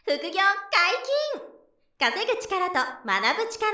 副業解禁。稼ぐ力と学ぶ力。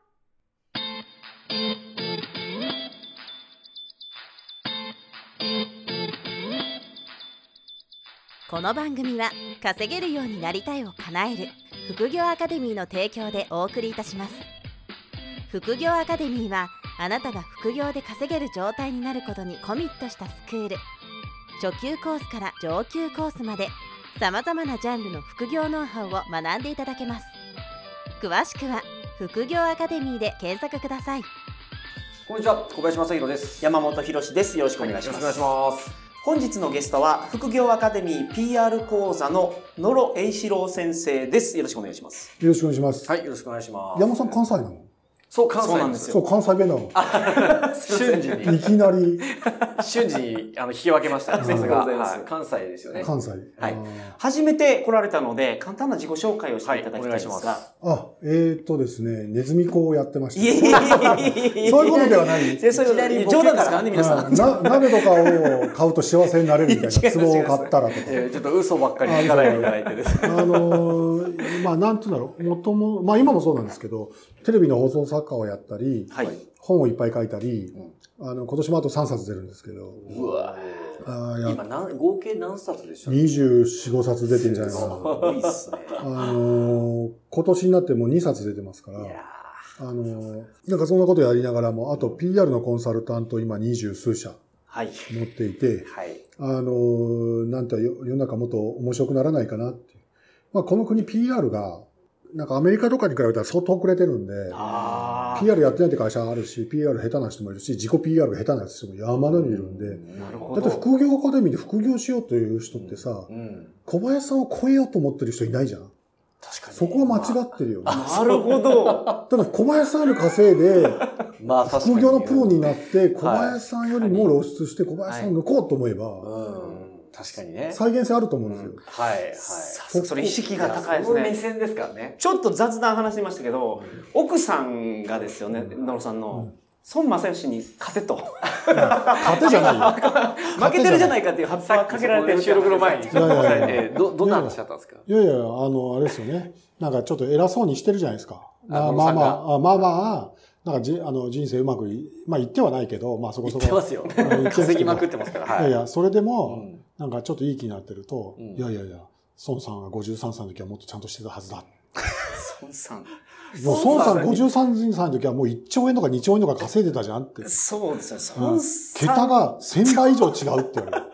この番組は稼げるようになりたいを叶える副業アカデミーの提供でお送りいたします。副業アカデミーはあなたが副業で稼げる状態になることにコミットしたスクール。初級コースから上級コースまでさまざまなジャンルの副業ノウハウを学んでいただけます。詳しくは副業アカデミーで検索ください。 こんにちは、小林正弘です。 山本博史です。よろしくお願いします。 よろしくお願いします。 本日のゲストは副業アカデミー PR 講座の野呂栄志郎先生です。よろしくお願いします。 よろしくお願いします。 はい、よろしくお願いします。 山本さん関西なの？ そう、関西なんですよ。 そう、関西弁なの。 瞬時に。 いきなり。 瞬時に引き分けました。先生が、関西ですよね。 関西。 はい。初めて来られたので、簡単な自己紹介をしていただきたいんですが。 ですね、ネズミ講をやってました。 いそういうことではない。 それ冗談ですからね、皆さん。 鍋とかを買うと幸せになれるみたいな。壺を買ったらとか。 ちょっと嘘ばっかり聞かないでいただいてです。 なんていうんだろう。今もそうなんですけど、テレビの放送作家をやったり、本をいっぱい書いたり、今年もあと3冊出るんですけど。 うわ今合計何冊でしょう ？24、5冊出てんじゃないかな。 多いっすね。 今年になってもう2冊出てますから。なんかそんなことやりながらも、あと PR のコンサルタント今20数社持っていて、なんて世の中もっと面白くならないかなっていう。この国 PR が、なんかアメリカとかに比べたら相当遅れてるんで、PR やってないって会社あるし、PR 下手な人もいるし、自己 PR が下手な人も山のようにいるんで、だって副業アカデミーで副業しようという人ってさ、小林さんを超えようと思ってる人いないじゃん。 確かに。 そこは間違ってるよね。 なるほど。 ただ小林さんより稼いで、副業のプロになって、小林さんよりも露出して小林さんを抜こうと思えば、 確かにね。 再現性あると思うんですよ。 それ意識が高いですね。 目線ですからね。 ちょっと雑談話しましたけど、奥さんがですよね、野呂さんの、孫正義に勝てと。 勝てじゃないよ。 負けてるじゃないかっていう発想かけられて収録の前に。どんな話だったんですか？ いや、あれですよね。なんかちょっと偉そうにしてるじゃないですか。なんか人生うまく言ってはないけど、そこそこ。 言ってますよ。稼ぎまくってますから。 いや、それでも、なんかちょっといい気になってると、いや、孫さんが53歳の時はもっとちゃんとしてたはずだ。 孫さん。 孫さん53歳の時はもう1兆円とか2兆円とか稼いでたじゃんって。 そうですよ、孫さん。 桁が1000倍以上違うって言われる。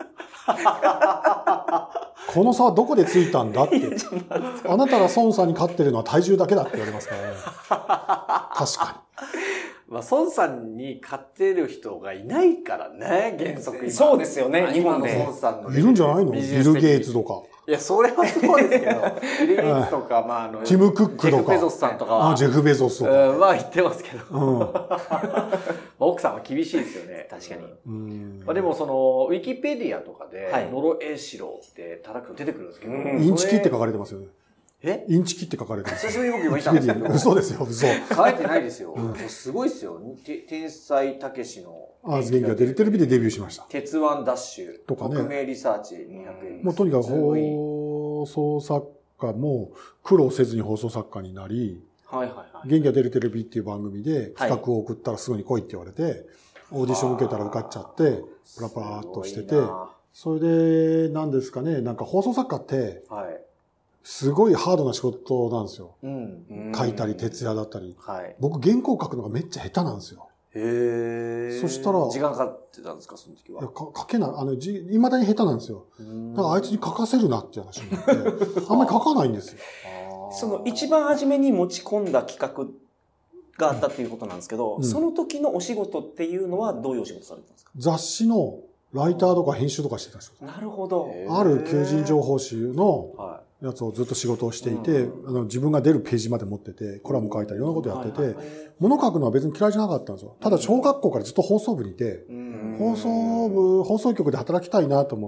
この差はどこでついたんだって。あなたが孫さんに勝ってるのは体重だけだって言われますからね。確かに。 孫さんに勝てる人がいないからね、原則。 そうですよね、日本で。 孫さんのいるんじゃないの？ビル・ゲイツとか。 いや、それはそうですけど、ビル・ゲイツとか、 ティム・クックとか。 ジェフ・ベゾスさんとかは。 ジェフ・ベゾスとか。 言ってますけど。奥さんは厳しいですよね。 確かに。 でもウィキペディアとかで、野呂栄志郎って叩くと出てくるんですけど。 インチキって書かれてますよね。 インチキって書かれてます。 久しぶりに僕今言ったんですけど。 嘘ですよ、嘘。 書いてないですよ。すごいですよ。天才たけしの。 元気が出るテレビでデビューしました。 鉄腕ダッシュ。 とかね。 匿名リサーチ200円。 もうとにかく放送作家も苦労せずに放送作家になり、元気が出るテレビっていう番組で企画を送ったらすぐに来いって言われて、オーディション受けたら受かっちゃって、プラプラーっとしてて、それで、なんですかね、なんか放送作家って、すごいハードな仕事なんですよ。書いたり、徹夜だったり。僕、原稿書くのがめっちゃ下手なんですよ。そしたら、 時間かかってたんですか、その時は。 書けない、未だに下手なんですよ。だからあいつに書かせるなっていう話になって、あんまり書かないんですよ。 その一番初めに持ち込んだ企画があったっていうことなんですけど、その時のお仕事っていうのはどういうお仕事されてたんですか？ 雑誌のライターとか編集とかしてた人。 なるほど。 ある求人情報誌のやつをずっと仕事をしていて、自分が出るページまで持ってて、コラム書いたりいろんなことやってて、物書くのは別に嫌いじゃなかったんですよ。ただ小学校からずっと放送部にいて、放送局で働きたいなと思って、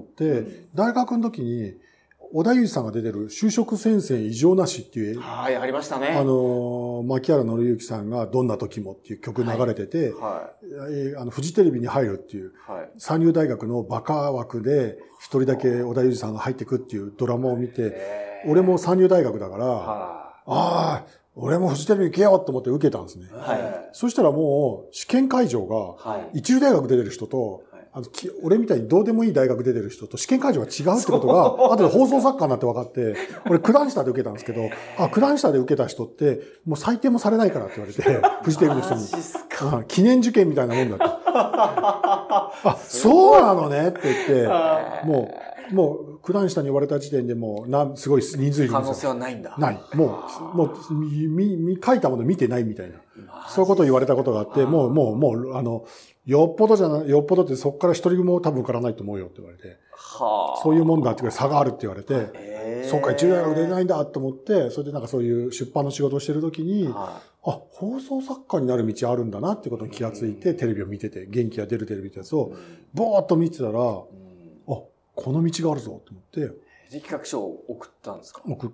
大学の時に、小田裕二さんが出てる就職戦線異常なしっていう、 ありましたね。 牧原紀之さんがどんな時もっていう曲流れてて、フジテレビに入るっていう、三流大学のバカ枠で一人だけ織田裕二さんが入ってくっていうドラマを見て、俺も三流大学だから、俺もフジテレビ行けよと思って受けたんですね。そしたらもう試験会場が一流大学出てる人と、俺みたいにどうでもいい大学出てる人と試験会場が違うってことが、後で放送作家になって分かって、俺九段下で受けたんですけど、九段下で受けた人って、もう採点もされないからって言われて、フジテレビの人に。記念受験みたいなもんだって。そうなのねって言って、もう、九段下に言われた時点でもう、すごい人数いるんですよ。 可能性はないんだ。 ない。もう、書いたもの見てないみたいな。そういうことを言われたことがあって、もう、よっぽどってそこから一人も多分受からないと思うよって言われて。そういうもんだっていうか差があるって言われて、そうか、一流大学出ないんだと思って、それでなんかそういう出版の仕事をしてるときに、放送作家になる道あるんだなってことに気がついて、テレビを見てて、元気が出るテレビってやつを、ぼーっと見てたら、この道があるぞと思って。 企画書を送ったんですか？ 送って、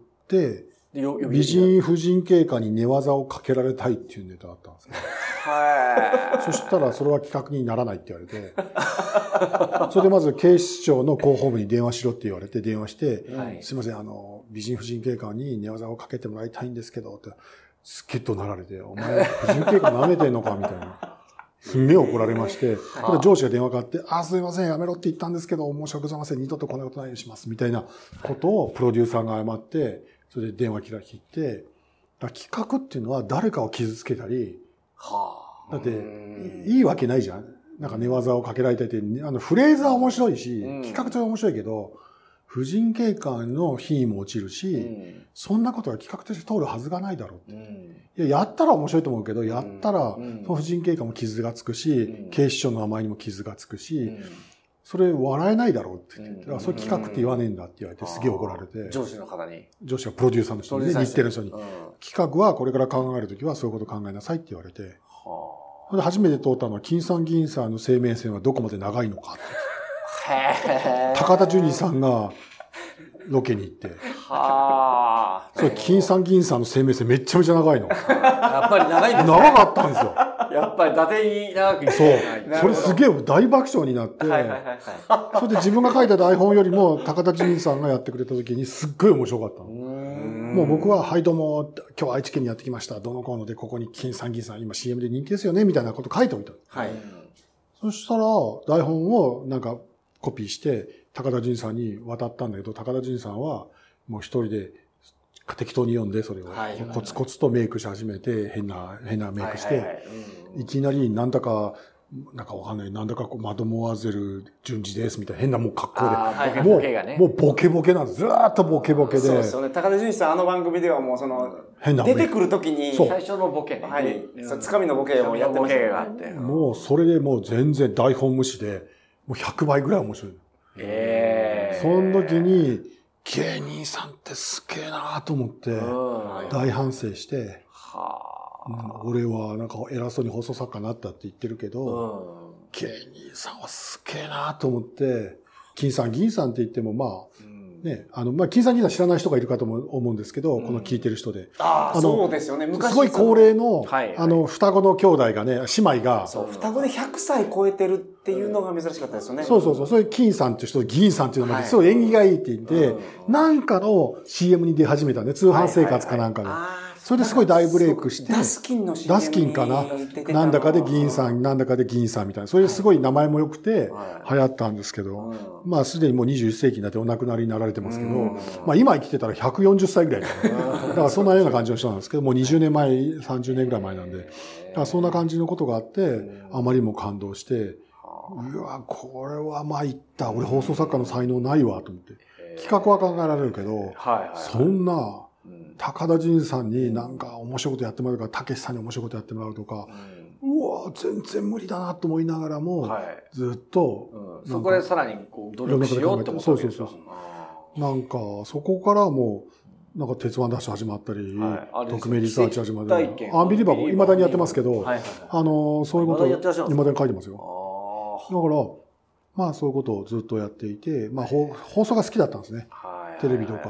美人婦人経過に寝技をかけられたいっていうネタがあったんですね。そしたらそれは企画にならないって言われて、それでまず警視庁の広報部に電話しろって言われて電話して、すいません、美人婦人経過に寝技をかけてもらいたいんですけどって、すっげっとなられて、お前婦人経過舐めてんのかみたいな。すんげえ怒られまして、上司が電話かかって、すいません、やめろって言ったんですけど、申し訳ございません、二度とこんなことないようにします、みたいなことをプロデューサーが謝って、それで電話切って、企画っていうのは誰かを傷つけたり、だって、いいわけないじゃん。なんか寝技をかけられてて、フレーズは面白いし、企画として面白いけど、婦人経過の品位も落ちるし、そんなことが企画として通るはずがないだろうって。やったら面白いと思うけど、やったら、その婦人経過も傷がつくし、警視庁の名前にも傷がつくし、それ笑えないだろうって言って、そういう企画って言わねえんだって言われて、すげえ怒られて。 上司の方に。 上司がプロデューサーの人に、日テレの人に。企画はこれから考えるときはそういうこと考えなさいって言われて。で初めて通ったのは、金さん銀さんの生命線はどこまで長いのかって。高田純次さんがロケに行って。それ金さん銀さんの生命線めっちゃめちゃ長いの。 やっぱり長いんですね。 長かったんですよ。 やっぱり伊達に長くそう。それすげえ大爆笑になって、それで自分が書いた台本よりも高田純次さんがやってくれた時にすっごい面白かったの。もう僕は、はいどうも、今日は愛知県にやってきました。どのコーナーでここに金さん銀さん今 CM で人気ですよねみたいなこと書いておいた。そしたら台本をなんかコピーして高田純次さんに渡ったんだけど、高田純次さんはもう一人で適当に読んで、それをコツコツとメイクし始めて、変なメイクして、いきなりなんだかわかんない、なんだかマドモアゼル順次ですみたいな変なもう格好で。もうボケボケなんです。ずーっとボケボケで。そうですよね。高田純次さん番組ではもう出てくるときに、 最初のボケね。 つかみのボケをやってましたね。 もうそれでもう全然台本無視で、もう100倍ぐらい面白い。その時に、芸人さんってすげえなと思って、大反省して、俺はなんか偉そうに放送作家になったって言ってるけど、芸人さんはすげえなと思って、金さん銀さんって言っても金さん銀さん知らない人がいるかと思うんですけど、この聞いてる人で。 そうですよね。 昔すごい高齢の、双子の兄弟がね、姉妹が。 そう、双子で100歳超えてるっていうのが珍しかったですよね。 そう。それ金さんっていう人、銀さんっていうのが、すごい縁起がいいって言って、なんかの CM に出始めたね、通販生活かなんかで。それですごい大ブレイクして、 ダスキンの CM ダスキンかな。なんだかで銀さん、なんだかで銀さんみたいな。それですごい名前も良くて流行ったんですけど、すでにもう21世紀になってお亡くなりになられてますけど、今生きてたら140歳ぐらいだからそんなような感じの人なんですけど、もう20年前、30年ぐらい前なんで、だからそんな感じのことがあって、あまりにも感動して、うわ、これは参った。俺放送作家の才能ないわ、と思って。企画は考えられるけど、そんな、高田純次さんになんか面白いことやってもらうとか、たけしさんに面白いことやってもらうとか、うわ、全然無理だなと思いながらも、ずっと、 そこでさらに努力しようって思ったわけですよ。 なんか、そこからもう、なんか鉄腕ダッシュ始まったり、匿名リサーチ始まったり、アンビリバボー、未だにやってますけど、そういうことを未だに書いてますよ。だから、そういうことをずっとやっていて、放送が好きだったんですね。テレビとか。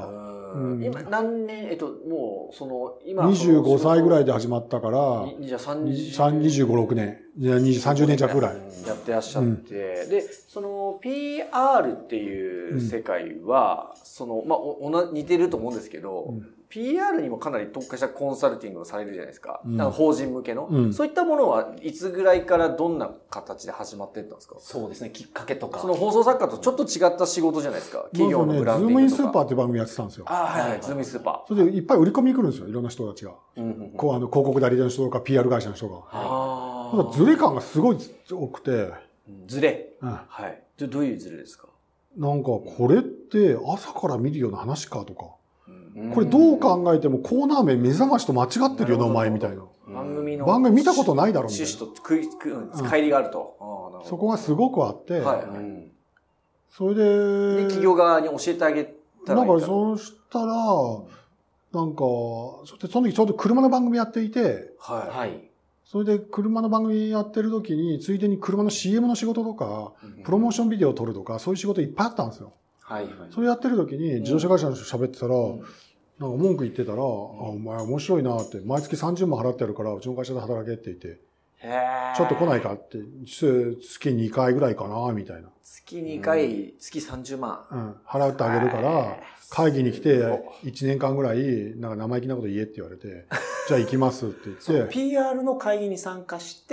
今何年、もう、今。 25歳ぐらいで始まったから、 じゃあ25、 6年。30年弱ぐらい。 やってらっしゃって、で、PR っていう世界は、似てると思うんですけど、PR にもかなり特化したコンサルティングをされるじゃないですか。法人向けの、そういったものはいつぐらいからどんな形で始まっていったんですか？ そうですね、きっかけとか。 放送作家とちょっと違った仕事じゃないですか。企業のブランディングとか。 ズームインスーパーっていう番組やってたんですよ。 ズームインスーパー。それでいっぱい売り込みに来るんですよ、いろんな人たちが。広告代理店の人とか PR 会社の人が。ズレ感がすごい多くて。 ズレ。はい。どういうズレですか？ なんか、これって朝から見るような話かとか。これどう考えてもコーナー名目覚ましと間違ってるよな、お前みたいな。番組見たことないだろみたいな。 趣旨と乖離があると。 そこがすごくあって。それで、 企業側に教えてあげたらいいかな。 そうしたら、なんか、その時ちょうど車の番組やっていて、それで車の番組やってる時に、ついでに車の CM の仕事とか、プロモーションビデオを撮るとか、そういう仕事いっぱいあったんですよ。それやってる時に自動車会社の人喋ってたら、なんか文句言ってたら、お前面白いなって、毎月30万払ってやるから、うちの会社で働けって言って、ちょっと来ないかって、月2回ぐらいかな、みたいな。 月2回、月30万。 払ってあげるから、会議に来て、1年間ぐらい、なんか生意気なこと言えって言われて、じゃあ行きますって言って。 PR の会議に参加して、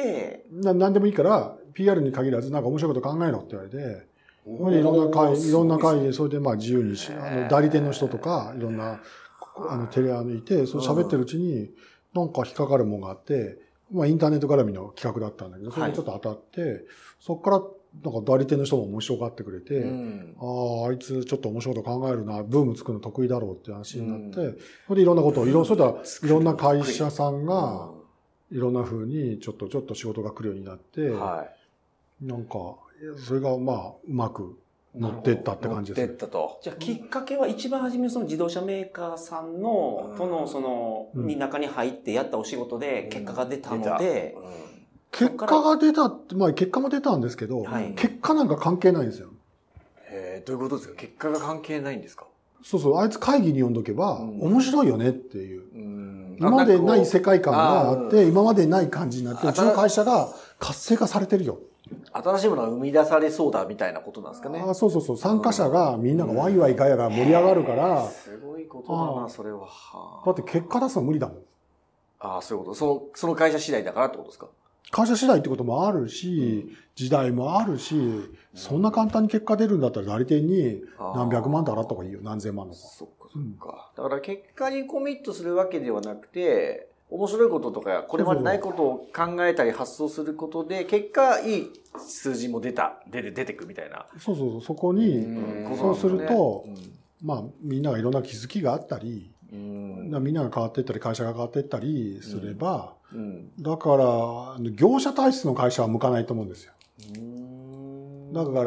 何でもいいから、PR に限らず、なんか面白いこと考えろって言われて、いろんな会議、それで自由に代理店の人とか、いろんな、テレアにいて、それ喋ってるうちに、なんか引っかかるものがあって、インターネット絡みの企画だったんだけど、それでちょっと当たって、そこから、なんか代理店の人も面白がってくれて、あいつちょっと面白いこと考えるな、ブーム作るの得意だろうって話になって、それでいろんなことを、それでいろんな会社さんが、いろんな風にちょっと仕事が来るようになって、なんか、それがうまく乗ってったって感じですね。 乗ってったと。 じゃあきっかけは一番初め自動車メーカーさんの、に中に入ってやったお仕事で結果が出たので、 結果が出た、結果も出たんですけど、結果なんか関係ないんですよ。 どういうことですか？結果が関係ないんですか？ そうそう、あいつ会議に呼んどけば、面白いよねっていう。今までない世界観があって、今までない感じになって、うちの会社が活性化されてるよ。 新しいものが生み出されそうだみたいなことなんですかね。 そう。参加者がみんながワイワイガヤが盛り上がるから。 すごいことだな、それは。 だって結果出すの無理だもん。 そういうこと。その会社次第だからってことですか？ 会社次第ってこともあるし、時代もあるし、そんな簡単に結果出るんだったら代理店に何百万で払った方がいいよ、何千万とか。 そっか。だから結果にコミットするわけではなくて、面白いこととか、これまでないことを考えたり発想することで、結果いい数字も出てくみたいな。 そう、そこに、そうすると、みんながいろんな気づきがあったり、みんなが変わっていったり、会社が変わっていったりすれば、だから、業者体質の会社は向かないと思うんですよ。だから、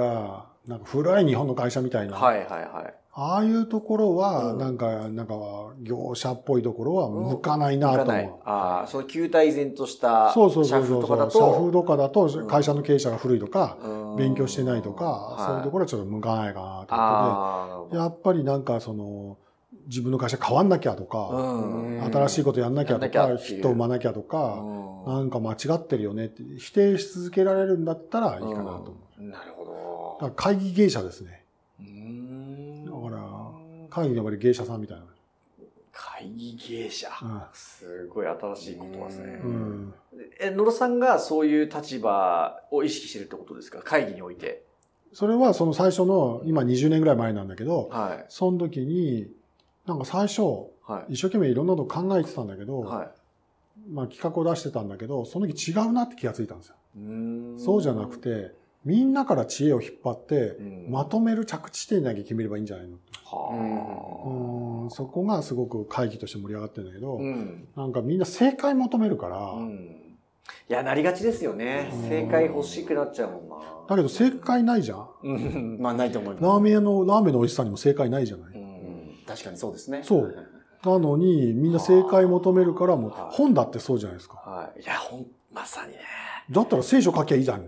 なんか古い日本の会社みたいな。ああいうところは、なんか、業者っぽいところは向かないなと思う。 その旧体然とした社風とかだと。 社風とかだと、会社の経営者が古いとか、勉強してないとか、そういうところはちょっと向かないかなということで、やっぱりなんか自分の会社変わんなきゃとか、新しいことやんなきゃとか、人を生まなきゃとか、なんか間違ってるよねって否定し続けられるんだったらいいかなと思う。 なるほど。 だから会議芸者ですね。だから、会議のやっぱり芸者さんみたいな。 会議芸者。すごい新しい言葉ですね。野呂さんがそういう立場を意識してるってことですか？会議において。 それはその最初の、今20年ぐらい前なんだけど、その時に、なんか最初、一生懸命いろんなこと考えてたんだけど、企画を出してたんだけど、その時違うなって気がついたんですよ。そうじゃなくて、みんなから知恵を引っ張って、まとめる着地点だけ決めればいいんじゃないの？そこがすごく会議として盛り上がってるんだけど、なんかみんな正解求めるから、 いや、なりがちですよね。正解欲しくなっちゃうもんな。 だけど正解ないじゃん。 ないと思います。 ラーメンの美味しさにも正解ないじゃない。 確かにそうですね。 そう。なのに、みんな正解求めるから、もう本だってそうじゃないですか。 いや、まさにね。 だったら聖書書きゃいいじゃん。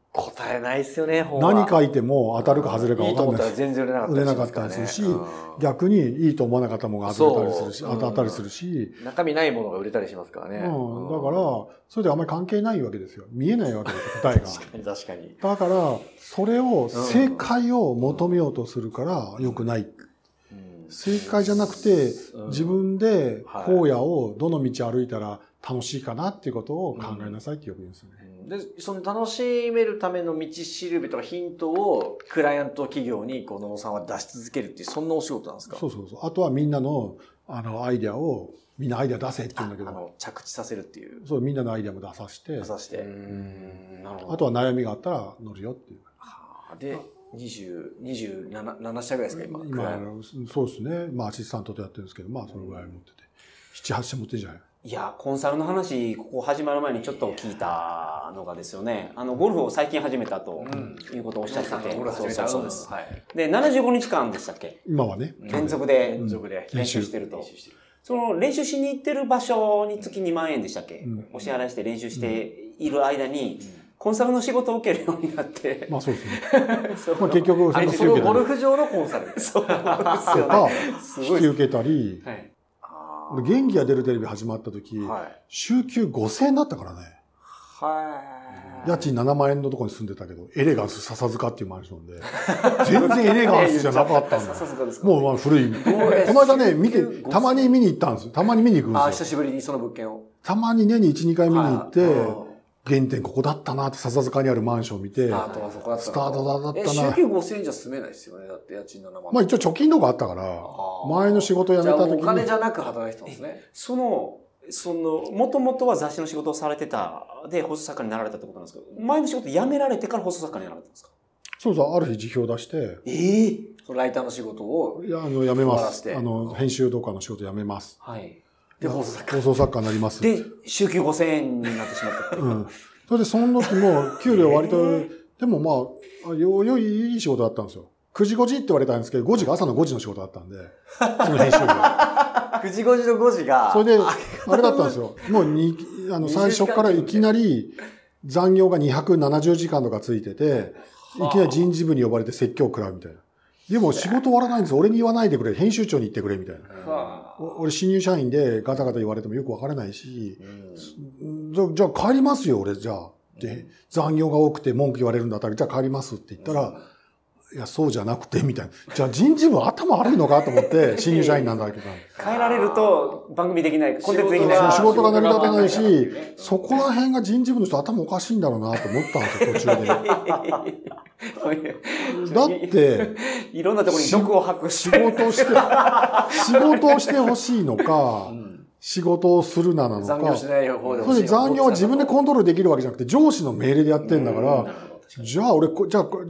答えないですよね、 何書いても当たるか外れか分かんない。 いいと思ったら全然売れなかったりするし、逆にいいと思わなかったものが外れたりするし、当たったりするし。 中身ないものが売れたりしますからね。 だから、それであんまり関係ないわけですよ。見えないわけですよ、答えが。 確かに。 だから、それを、正解を求めようとするから良くない。正解じゃなくて、自分で荒野をどの道歩いたら楽しいかなっていうことを考えなさいってよく言うんですよね。 で、その楽しめるための道しるべとかヒントをクライアント企業に野野さんは出し続けるっていう、そんなお仕事なんですか？ そう。あとはみんなの、アイデアを、みんなアイデア出せって言うんだけど。 着地させるっていう。 そう、みんなのアイデアも出させて。 なるほど。 あとは悩みがあったら乗るよっていう。 で、27社ぐらいですか、今。 そうですね。アシスタントとやってるんですけど、そのぐらい持ってて。7、8社持ってるじゃない。 いや、コンサルの話、ここ始まる前にちょっと聞いたのがですよね。ゴルフを最近始めたということをおっしゃってて。そうです。で、75日間でしたっけ？ 今はね。 連続で練習してると。その練習しに行ってる場所に月2万円でしたっけ？お支払いして練習している間に、コンサルの仕事を受けるようになって。 そうですね。結局、 そのゴルフ場のコンサル。 そうですよね。引き受けたり。俺、元気が出るテレビ始まった時、週休5000円だったからね。家賃7万円のところに住んでたけど、エレガンス笹塚っていうマンションで、全然エレガンスじゃなかったんだ。もう古い。この間ね、たまに見に行ったんですよ。たまに見に行くんですよ。 久しぶりにその物件を。 たまに年に1、2回見に行って、原点ここだったなって笹塚にあるマンションを見て、スタートはそこだったな。スタートだったな。 週休5000円じゃ住めないですよね。だって家賃7万。 一応貯金とかあったから、前の仕事辞めた時に。 お金じゃなく働いてたんですね。 もともとは雑誌の仕事をされてた、で、放送作家になられたってことなんですけど、前の仕事辞められてから放送作家になられたんですか？ そう、ある日辞表出して。 そのライターの仕事を辞めます。編集とかの仕事辞めます。 はい。で、放送作家になります。 で、週休5000円になってしまった。 それで、その時も、給料割と、でもいい仕事だったんですよ。9時5時って言われたんですけど、5時が朝の5時の仕事だったんで、その編集が。 9時5時の5時が。 それで、あれだったんですよ。もう最初からいきなり残業が270時間とかついてて、いきなり人事部に呼ばれて説教を食らうみたいな。でも仕事終わらないんですよ。俺に言わないでくれ。編集長に言ってくれ、みたいな。俺新入社員でガタガタ言われてもよくわからないし、じゃあ帰りますよ、俺、じゃあ。で、残業が多くて文句言われるんだったら、じゃあ帰りますって言ったら、いや、そうじゃなくて、みたいな。じゃあ人事部頭悪いのかと思って、新入社員なんだけど。 変えられると番組できない、コンテンツできない。 仕事が成り立たないし、そこら辺が人事部の人頭おかしいんだろうなと思ったんですよ、途中で。だって、 いろんなところに毒を吐く仕事をしてほしいのか、仕事をするなのか。 残業しない方でそれで残業は自分でコントロールできるわけじゃなくて、上司の命令でやってんだから、じゃあこ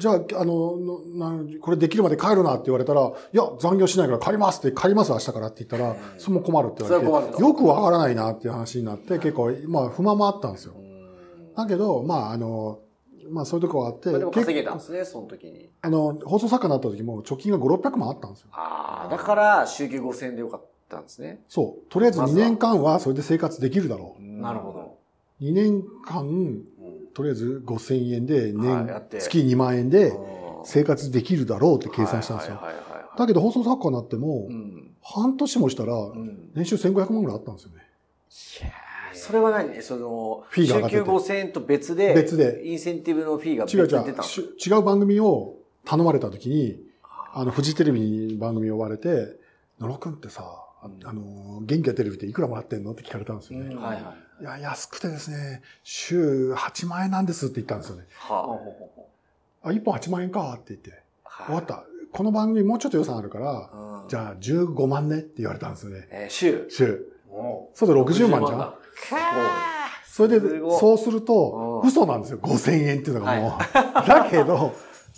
れできるまで帰るなって言われたら、いや、残業しないから帰りますって、帰ります明日からって言ったら、それも困るって言われて、よくわからないなっていう話になって、結構、不満もあったんですよ。だけど、そういうとこがあって。 でも稼げたんですね、その時に。 放送作家になった時も貯金が5、600万あったんですよ。 だから週休5000円でよかったんですね。 そう。とりあえず2年間はそれで生活できるだろう。 なるほど。 2年間、とりあえず5000円で月2万円で生活できるだろうって計算したんですよ。だけど放送作家になっても、半年もしたら、年収1500万ぐらいあったんですよね。 それは何？週休5000円と別で、インセンティブのフィーが別で出た違う番組を頼まれた時に、フジテレビに番組を呼ばれて、野呂くんってさ、元気がテレビっていくらもらってんのって聞かれたんですよね。いや、安くてですね、週8万円なんですって言ったんですよね。1本8万円かって言って、終わった。この番組もうちょっと予算あるから、じゃあ15万ねって言われたんですよね。 週。 そうで60万じゃん。それで、そうすると、嘘なんですよ。5000円っていうのがもう。だけど、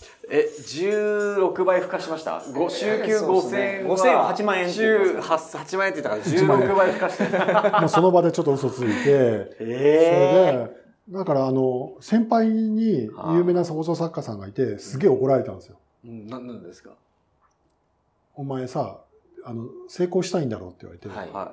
16倍付加しました。週休5000円は。 5000円は8万円。 週8万円って言ったから16倍付加して。 もうその場でちょっと嘘ついて、それで、だから先輩に有名な放送作家さんがいて、すげえ怒られたんですよ。 何ですか？ お前さ、成功したいんだろうって言われて、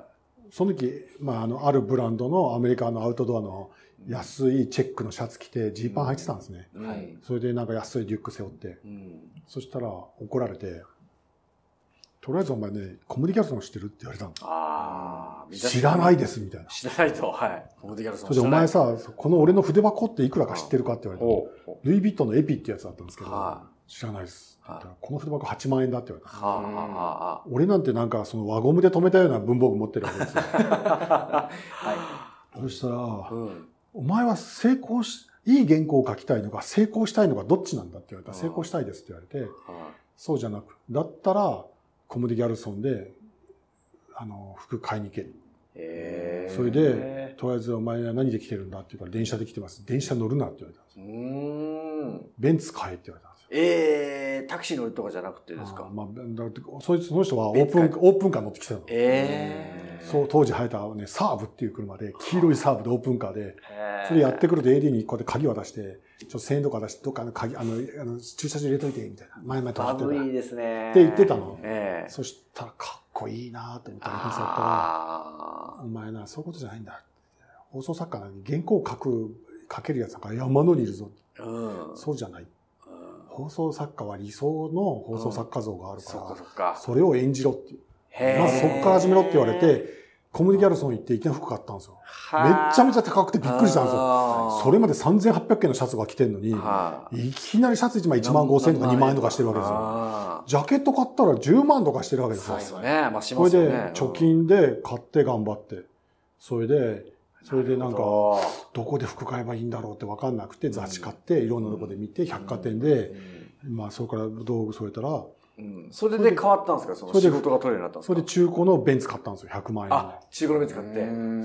その時、あるブランドのアメリカのアウトドアの安いチェックのシャツ着てジーパン履いてたんですね。はい。それでなんか安いリュック背負って。そしたら怒られて、とりあえずお前ね、コムディ・ギャルソン知ってるって言われたの。知らないですみたいな。 知らないと、はい。コムディ・ギャルソン。 それでお前さ、この俺の筆箱っていくらか知ってるかって言われた。ルイ・ヴィットンのエピってやつだったんですけど、知らないです。この筆箱8万円だって言われた。俺なんてなんかその輪ゴムで止めたような文房具持ってるわけですよ。はい。そしたら、お前はいい原稿を書きたいのか成功したいのかどっちなんだって言われたら、成功したいですって言われて、そうじゃなく、だったらコムディ・ギャルソンで、服買いに行け。それで、とりあえずお前は何で来てるんだって言うから、電車で来てます。電車乗るなって言われたんです。ベンツ買えって言われたんですよ。 タクシー乗るとかじゃなくてですか？ その人はオープンカー乗ってきてたの。そう、当時流行ったね、サーブっていう車で、黄色いサーブでオープンカーで、それやってくると AD にこうやって鍵渡して、ちょっと1000円とか出して、どっか鍵、駐車場入れといて、みたいな。前々とかってた。いいですね。 って言ってたの。そしたら、かっこいいなと思ったら、だったら、お前な、そういうことじゃないんだ。放送作家なのに原稿を書けるやつなんか山のにいるぞ。そうじゃない。放送作家は理想の放送作家像があるから、それを演じろっていう。まずそこから始めろって言われて、コムディ・ギャルソン行っていきなり服買ったんですよ。めっちゃめちゃ高くてびっくりしたんですよ。それまで3800件のシャツが着てんのに、いきなりシャツ1枚1万5000円とか2万円とかしてるわけですよ。ジャケット買ったら10万とかしてるわけですよ。 そうですね。 それで貯金で買って頑張って。それでなんか、どこで服買えばいいんだろうって分かんなくて雑誌買って、いろんなとこで見て、百貨店で、そこから道具添えたら、 それで変わったんですか？その仕事が取れるようになったんですか？ それで中古のベンツ買ったんですよ、100万円。 中古のベンツ買って。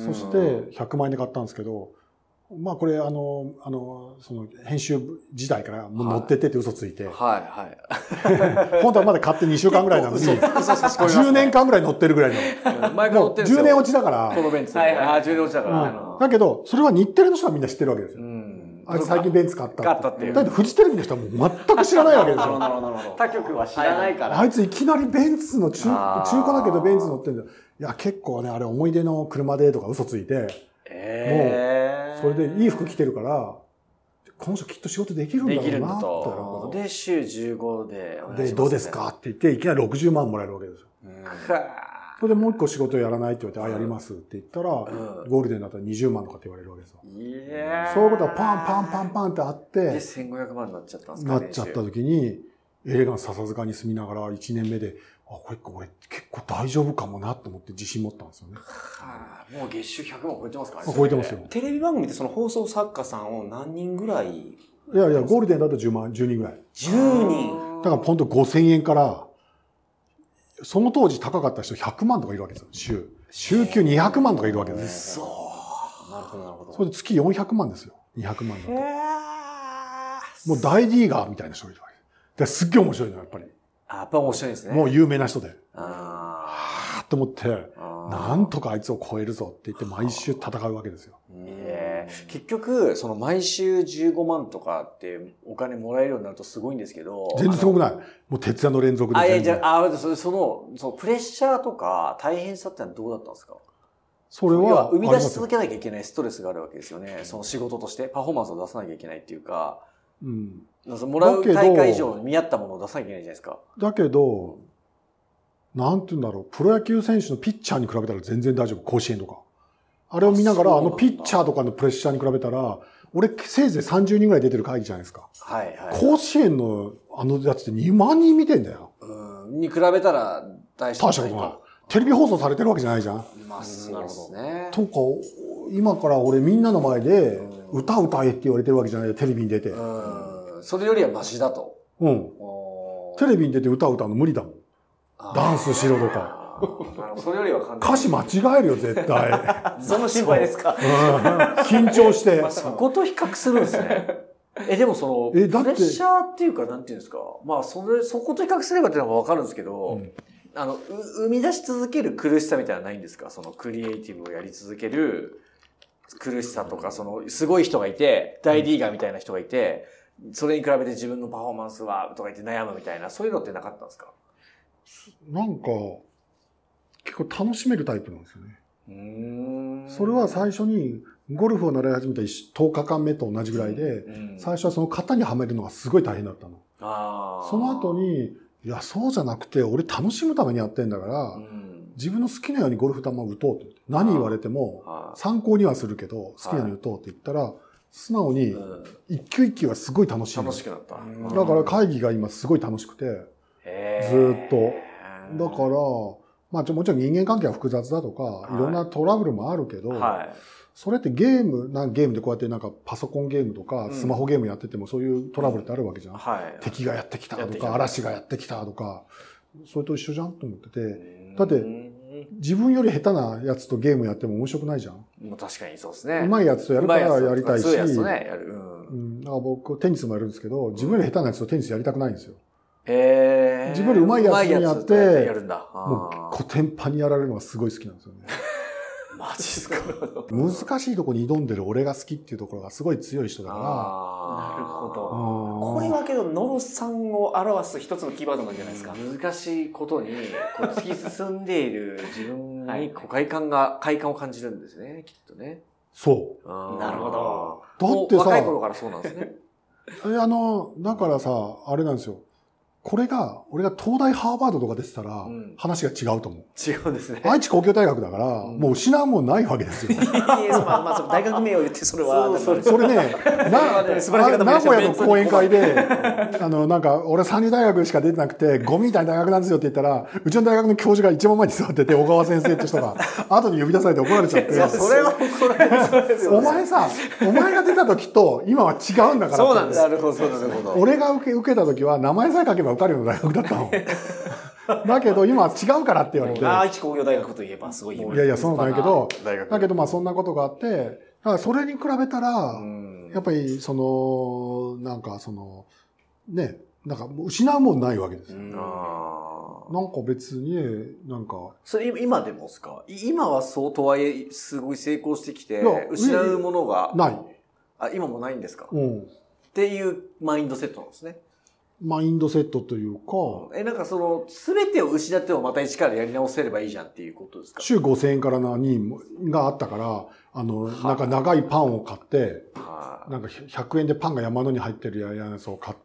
そして、100万円で買ったんですけど、これ、その、編集時代からもう乗ってって嘘ついて。本当はまだ買って2週間ぐらいなのに、10年間ぐらい乗ってるぐらいの。 前から乗ってるんですよ。 10年落ちだから。 このベンツ。10年落ちだから。 だけど、それは日テレの人はみんな知ってるわけですよ。最近ベンツ買ったっていう。だけどフジテレビの人はもう全く知らないわけですよ。 なるほど。他局は知らないから。 あいついきなりベンツの中古だけどベンツ乗ってるんだよ。いや、結構ね、あれ思い出の車でとか嘘ついて、もう、それでいい服着てるから、この人きっと仕事できるんだろうなできるんだと。で、週15でお願いします。 で、どうですかって言って、いきなり60万もらえるわけですよ。それでもう一個仕事やらないって言われて、やりますって言ったら、ゴールデンだったら20万とかって言われるわけですよ。そういうことはパンってあって、 で、1500万になっちゃったんですか？ なっちゃった時に、エレガンス笹塚に住みながら1年目で、これ結構大丈夫かもなと思って自信持ったんですよね。 もう月収100万超えてますからね。 超えてますよ。 テレビ番組ってその放送作家さんを何人ぐらい？いや、ゴールデンだと10人ぐらい。 10人。 だからほんと5000円から、その当時高かった人100万とかいるわけですよ。週休200万とかいるわけです。 そう。なるほど。 それで月400万ですよ。200万だと。もう大リーガーみたいな人がいるわけです。すっげえ面白いの、やっぱり。 やっぱ面白いですね。 もう有名な人で。と思って、なんとかあいつを超えるぞって言って毎週戦うわけですよ。 結局、その毎週15万とかってお金もらえるようになるとすごいんですけど。 全然すごくない。もう徹夜の連続で。 そのプレッシャーとか大変さってのはどうだったんですか？ それは。 生み出し続けなきゃいけないストレスがあるわけですよね。その仕事としてパフォーマンスを出さなきゃいけないっていうか。もらう大会以上に見合ったものを出さなきゃいけないじゃないですか。 だけど、なんて言うんだろう、プロ野球選手のピッチャーに比べたら全然大丈夫、甲子園とか。あれを見ながら、ピッチャーとかのプレッシャーに比べたら、俺、せいぜい30人ぐらい出てる会議じゃないですか。甲子園のやつって2万人見てんだよ。 に比べたら大したことない。テレビ放送されてるわけじゃないじゃん。 なるほどね。 とか、今から俺みんなの前で、歌えって言われてるわけじゃないよ、テレビに出て。 それよりはマシだと。 テレビに出て歌うの無理だもん。ダンスしろとか。 それよりは歌詞間違えるよ、絶対。 その心配ですか？ 緊張して。 そこと比較するんですね。でもプレッシャーっていうか、なんていうんですか。そこと比較すればっていうのはわかるんですけど、生み出し続ける苦しさみたいなのないんですか？そのクリエイティブをやり続ける苦しさとか、すごい人がいて、大リーガーみたいな人がいて、それに比べて自分のパフォーマンスはとか言って悩むみたいな、そういうのってなかったんですか？ なんか、結構楽しめるタイプなんですよね。 それは最初にゴルフを習い始めた10日間目と同じぐらいで、最初はその型にはめるのがすごい大変だったの。その後に、いや、そうじゃなくて、俺楽しむためにやってんだから、自分の好きなようにゴルフ球を打とうって。何言われても、参考にはするけど、好きなように打とうって言ったら、素直に、一球一球はすごい楽しい。 楽しくなった。 だから会議が今すごい楽しくて、ずーっと。だから、まあもちろん人間関係は複雑だとか、いろんなトラブルもあるけど、それってゲームでこうやってなんかパソコンゲームとかスマホゲームやっててもそういうトラブルってあるわけじゃん。敵がやってきたとか、嵐がやってきたとか、それと一緒じゃんと思ってて。だって、自分より下手なやつとゲームやっても面白くないじゃん。 確かにそうですね。 上手いやつとやるからやりたいし。 だから僕テニスもやるんですけど、自分より下手なやつとテニスやりたくないんですよ。 自分より上手いやつにやって、 もうコテンパンにやられるのがすごい好きなんですよね。 マジっすか。 難しいところに挑んでる俺が好きっていうところがすごい強い人だから。 なるほど。これはけど、野呂さんを表す一つのキーワードなんじゃないですか。 難しいことに突き進んでいる自分に快感を感じるんですね、きっとね。 そう。 なるほど。 だってさ、 若い頃からそうなんですね。 だからさ、あれなんですよ。俺が東大ハーバードとか出てたら、話が違うと思う。 違うんですね。 愛知工業大学だから、もう失うもんないわけですよ。 まあ、大学名を言ってそれは。 それね、名古屋の講演会で、なんか、俺三流大学しか出てなくて、ゴミみたいな大学なんですよって言ったら、うちの大学の教授が一番前に座ってて、小川先生って人が、後に呼び出されて怒られちゃって。 それは怒られそうですよ。 お前が出た時と、今は違うんだから。 そうなんです。なるほど。 俺が受けた時は、名前さえ書けば受かるような大学だったの。だけど今は違うからって言われて。 愛知工業大学といえばすごい。 いやそうなんだけど、まあそんなことがあって、だからそれに比べたら、やっぱりなんか失うもんないわけですよ。なんか別になんか。 それ今でもですか？今はそうとはいえすごい成功してきて、失うものが。 ない。 今もないんですか？っていうマインドセットなんですね。 マインドセットというか。 なんか全てを失ってもまた一からやり直せればいいじゃんっていうことですか？ 週5000円から何があったから、なんか長いパンを買って、なんか100円でパンが山のに入ってるやつを買って、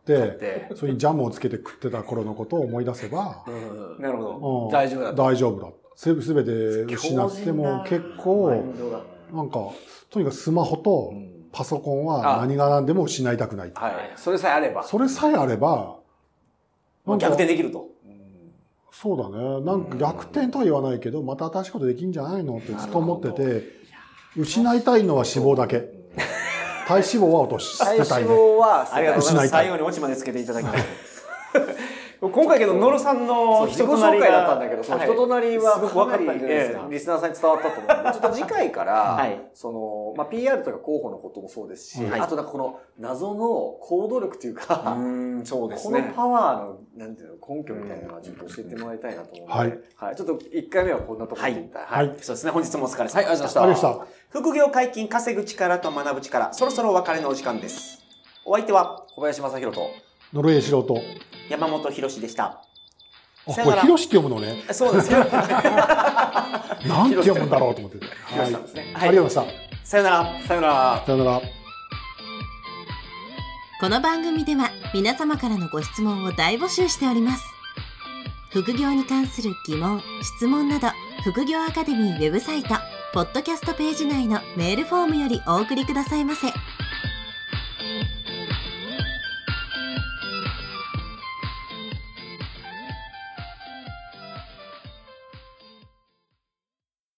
それにジャムをつけて食ってた頃のことを思い出せば、 なるほど。大丈夫だ。 大丈夫だ。すべて失っても結構、なんか、とにかくスマホと、パソコンは何が何でも失いたくない。 それさえあれば。 逆転できると。 そうだね。なんか逆転とは言わないけど、また新しいことできんじゃないのってずっと思ってて、失いたいのは脂肪だけ。体脂肪は落としてたいね。 体脂肪は、 ありがとうございます。最後にオチまでつけていただきました。今回けど、野呂さんの人となりがだったんだけど、その人となりはかなりリスナーさんに伝わったと思うので、ちょっと次回から、PR とか候補のこともそうですし、あとなんかこの謎の行動力というか、 そうですね。このパワーの、なんていうの、根拠みたいなのはちょっと教えてもらいたいなと思うので、ちょっと1回目はこんなところでいった。 そうですね。本日もお疲れ様でした。 ありがとうございました。 副業解禁、稼ぐ力と学ぶ力、そろそろお別れのお時間です。お相手は、 小林正宏と、 野呂栄四郎と、 山本博史でした。 これ、博史って読むのね。 そうですよ。 なんて読むんだろうと思って。 博史さんですね。 ありがとうございました。 さよなら。 さよなら。 さよなら。 この番組では皆様からのご質問を大募集しております。副業に関する疑問、質問など、副業アカデミーウェブサイト、ポッドキャストページ内のメールフォームよりお送りくださいませ。